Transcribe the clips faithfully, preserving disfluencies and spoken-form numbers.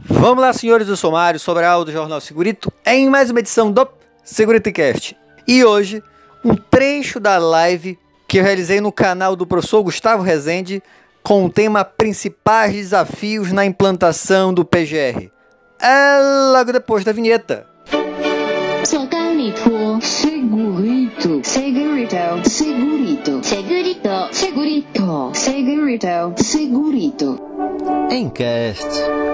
Vamos lá, senhores do Somário, Sobral do Jornal Segurito, em mais uma edição do SeguritoCast. E hoje, um trecho da live que eu realizei no canal do professor Gustavo Rezende com o tema Principais Desafios na Implantação do P G R. É logo depois da vinheta. Segurito, segurito, segurito, segurito, segurito, segurito, segurito, segurito. Encast.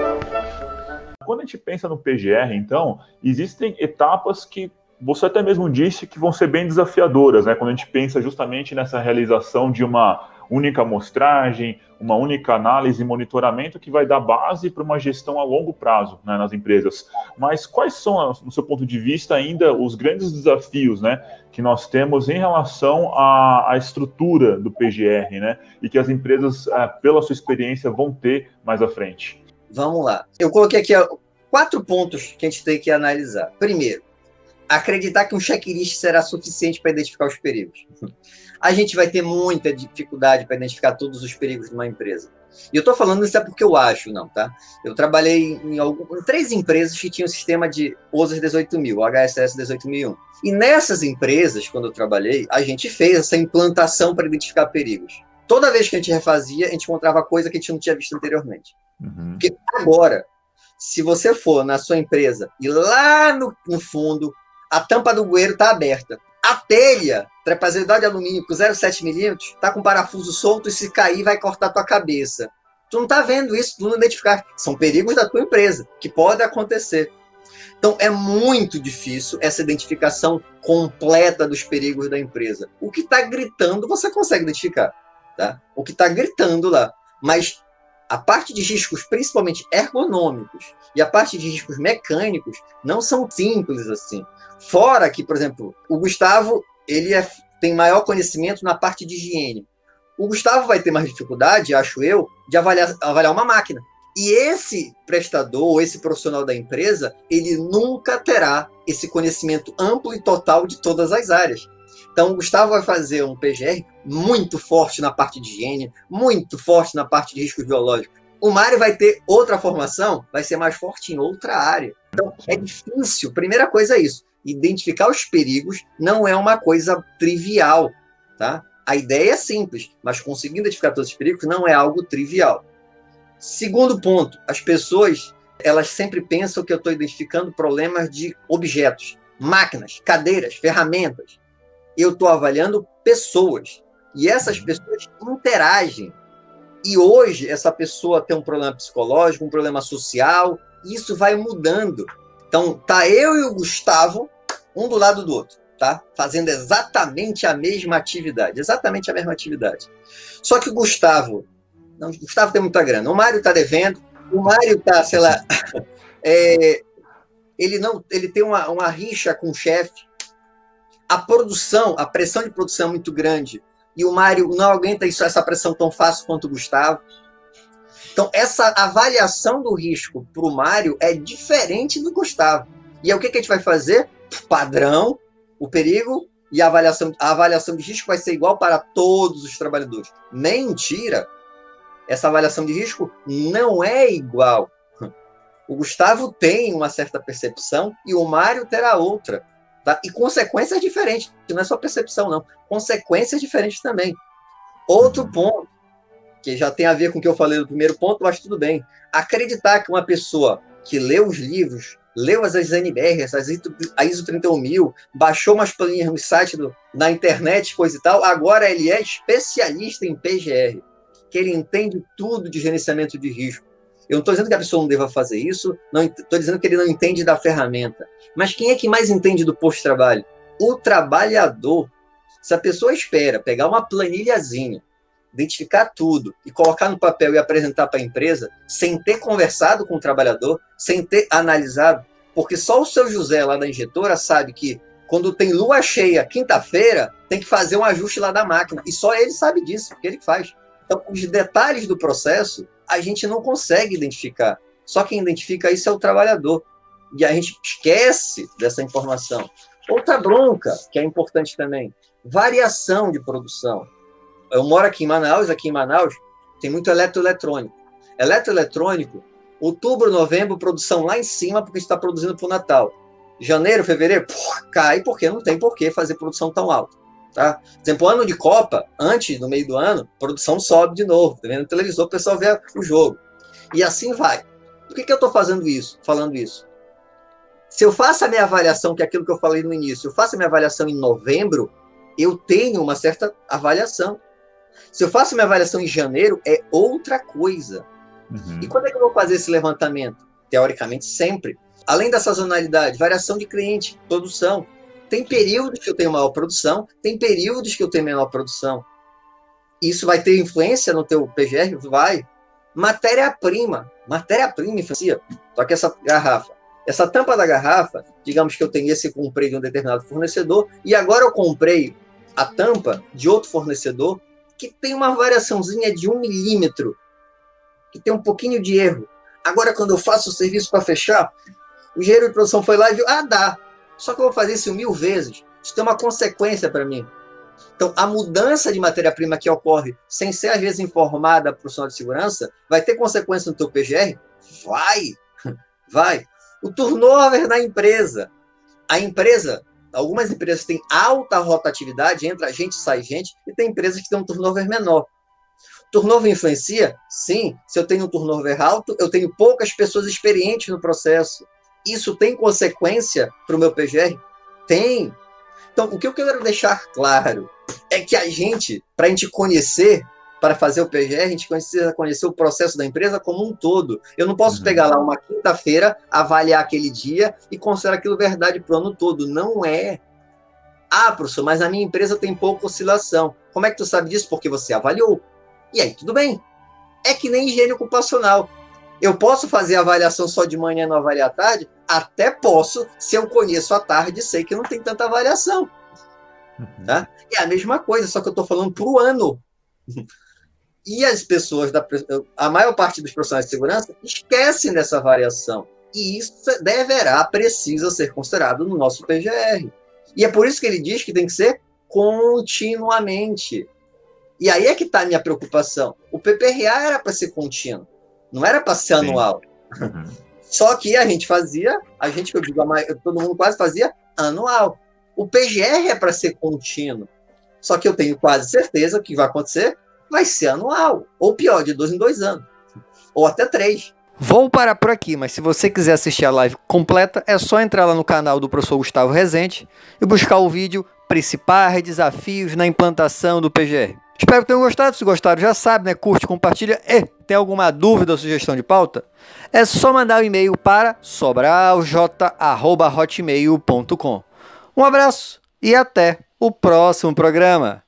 Quando a gente pensa no P G R, então, existem etapas que você até mesmo disse que vão ser bem desafiadoras, né? Quando a gente pensa justamente nessa realização de uma única amostragem, uma única análise e monitoramento que vai dar base para uma gestão a longo prazo, né, nas empresas. Mas quais são, no seu ponto de vista, ainda os grandes desafios, né, que nós temos em relação à, à estrutura do P G R, né, e que as empresas, é, pela sua experiência, vão ter mais à frente? Vamos lá. Eu coloquei aqui ó, quatro pontos que a gente tem que analisar. Primeiro, acreditar que um checklist será suficiente para identificar os perigos. A gente vai ter muita dificuldade para identificar todos os perigos de uma empresa. E eu estou falando isso é porque eu acho, não, tá? Eu trabalhei em, algum, em três empresas que tinham um sistema de O S A dezoito mil, o H S S dezoito mil e um. E nessas empresas, quando eu trabalhei, a gente fez essa implantação para identificar perigos. Toda vez que a gente refazia, a gente encontrava coisa que a gente não tinha visto anteriormente. Uhum. Porque agora, se você for na sua empresa e lá no, no fundo, a tampa do bueiro está aberta. A telha, trapezoidal de alumínio com zero vírgula sete milímetros, está com parafuso solto e se cair vai cortar a tua cabeça. Tu não está vendo isso, tu não identificar. São perigos da tua empresa, que pode acontecer. Então, é muito difícil essa identificação completa dos perigos da empresa. O que está gritando, você consegue identificar. Tá? O que está gritando lá. Mas a parte de riscos, principalmente ergonômicos, e a parte de riscos mecânicos, não são simples assim. Fora que, por exemplo, o Gustavo ele é, tem maior conhecimento na parte de higiene. O Gustavo vai ter mais dificuldade, acho eu, de avaliar, avaliar uma máquina. E esse prestador, esse profissional da empresa, ele nunca terá esse conhecimento amplo e total de todas as áreas. Então, o Gustavo vai fazer um P G R muito forte na parte de higiene, muito forte na parte de riscos biológicos. O Mário vai ter outra formação, vai ser mais forte em outra área. Então, é difícil. Primeira coisa é isso. Identificar os perigos não é uma coisa trivial, tá? A ideia é simples, mas conseguir identificar todos os perigos não é algo trivial. Segundo ponto, as pessoas, elas sempre pensam que eu estou identificando problemas de objetos, máquinas, cadeiras, ferramentas. Eu estou avaliando pessoas. E essas pessoas interagem. E hoje, essa pessoa tem um problema psicológico, um problema social, e isso vai mudando. Então, tá eu e o Gustavo, um do lado do outro, tá? Fazendo exatamente a mesma atividade. Exatamente a mesma atividade. Só que o Gustavo... Não, o Gustavo tem muita grana. O Mário está devendo. O Mário está, sei lá... é, ele, não, ele tem uma, uma rixa com o chefe. A produção, a pressão de produção é muito grande. E o Mário não aguenta isso, essa pressão tão fácil quanto o Gustavo. Então, essa avaliação do risco para o Mário é diferente do Gustavo. E aí, o que, que a gente vai fazer? Padrão, o perigo e a avaliação, a avaliação de risco vai ser igual para todos os trabalhadores. Mentira! Essa avaliação de risco não é igual. O Gustavo tem uma certa percepção e o Mário terá outra. Tá? E consequências diferentes, não é só percepção, não. Consequências diferentes também. Outro ponto, que já tem a ver com o que eu falei no primeiro ponto, mas tudo bem. Acreditar que uma pessoa que leu os livros, leu as N B R, a ISO trinta e um mil, baixou umas planilhas no site, do, na internet, coisa e tal, agora ele é especialista em P G R, que ele entende tudo de gerenciamento de risco. Eu não estou dizendo que a pessoa não deva fazer isso, não estou dizendo que ele não entende da ferramenta. Mas quem é que mais entende do posto de trabalho? O trabalhador. Se a pessoa espera pegar uma planilhazinha, identificar tudo e colocar no papel e apresentar para a empresa, sem ter conversado com o trabalhador, sem ter analisado, porque só o seu José lá da injetora sabe que quando tem lua cheia, quinta-feira, tem que fazer um ajuste lá da máquina. E só ele sabe disso, porque ele faz. Então, os detalhes do processo, a gente não consegue identificar. Só quem identifica isso é o trabalhador. E a gente esquece dessa informação. Outra bronca, que é importante também, variação de produção. Eu moro aqui em Manaus, aqui em Manaus tem muito eletroeletrônico. Eletroeletrônico Outubro, novembro, produção lá em cima, porque a gente está produzindo para o Natal. Janeiro, fevereiro, pô, cai, porque não tem por que fazer produção tão alta. Tá? Por exemplo, ano de Copa, antes, no meio do ano, produção sobe de novo. Tá vendo no televisor, o pessoal vê o jogo. E assim vai. Por que, que eu estou fazendo isso, falando isso? Se eu faço a minha avaliação, que é aquilo que eu falei no início, eu faço a minha avaliação em novembro, eu tenho uma certa avaliação. Se eu faço a minha avaliação em janeiro, é outra coisa. Uhum. E quando é que eu vou fazer esse levantamento? Teoricamente, sempre. Além da sazonalidade, variação de cliente, produção. Tem períodos que eu tenho maior produção, tem períodos que eu tenho menor produção. Isso vai ter influência no teu P G R? Vai. Matéria-prima. Matéria-prima influencia. Só que essa garrafa, essa tampa da garrafa, digamos que eu tenho esse que eu comprei de um determinado fornecedor, e agora eu comprei a tampa de outro fornecedor que tem uma variaçãozinha de um milímetro, que tem um pouquinho de erro. Agora, quando eu faço o serviço para fechar, o engenheiro de produção foi lá e viu, ah, dá. Só que eu vou fazer isso mil vezes. Isso tem uma consequência para mim. Então, a mudança de matéria-prima que ocorre sem ser, às vezes, informada para o profissional de segurança, vai ter consequência no teu P G R? Vai. Vai. O turnover na empresa. A empresa, algumas empresas têm alta rotatividade, entra gente, sai gente, e tem empresas que têm um turnover menor. Turnover influencia? Sim. Se eu tenho um turnover alto, eu tenho poucas pessoas experientes no processo. Isso tem consequência para o meu P G R? Tem. Então, o que eu quero deixar claro é que a gente, para a gente conhecer, para fazer o P G R, a gente precisa conhecer o processo da empresa como um todo. Eu não posso uhum. pegar lá uma quinta-feira, avaliar aquele dia e considerar aquilo verdade para o ano todo. Não é. Ah, professor, mas a minha empresa tem pouca oscilação. Como é que tu sabe disso? Porque você avaliou. E aí, tudo bem. É que nem higiene ocupacional. Eu posso fazer a avaliação só de manhã e não avaliar à tarde? Até posso, se eu conheço à tarde e sei que não tem tanta avaliação. Uhum. Tá? É a mesma coisa, só que eu estou falando para o ano. E as pessoas, da, a maior parte dos profissionais de segurança, esquecem dessa variação. E isso deverá, precisa ser considerado no nosso P G R. E é por isso que ele diz que tem que ser continuamente. E aí é que está a minha preocupação. O P P R A era para ser contínuo, não era para ser anual. Uhum. Só que a gente fazia, a gente que eu digo, todo mundo quase fazia anual. O P G R é para ser contínuo. Só que eu tenho quase certeza que vai acontecer, vai ser anual. Ou pior, de dois em dois anos. Ou até três. Vou parar por aqui, mas se você quiser assistir a live completa, é só entrar lá no canal do professor Gustavo Rezende e buscar o vídeo Principais Desafios na Implantação do P G R. Espero que tenham gostado. Se gostaram, já sabe, né? Curte, compartilha. E tem alguma dúvida ou sugestão de pauta? É só mandar um e-mail para sobralj arroba hotmail ponto com. Um abraço e até o próximo programa.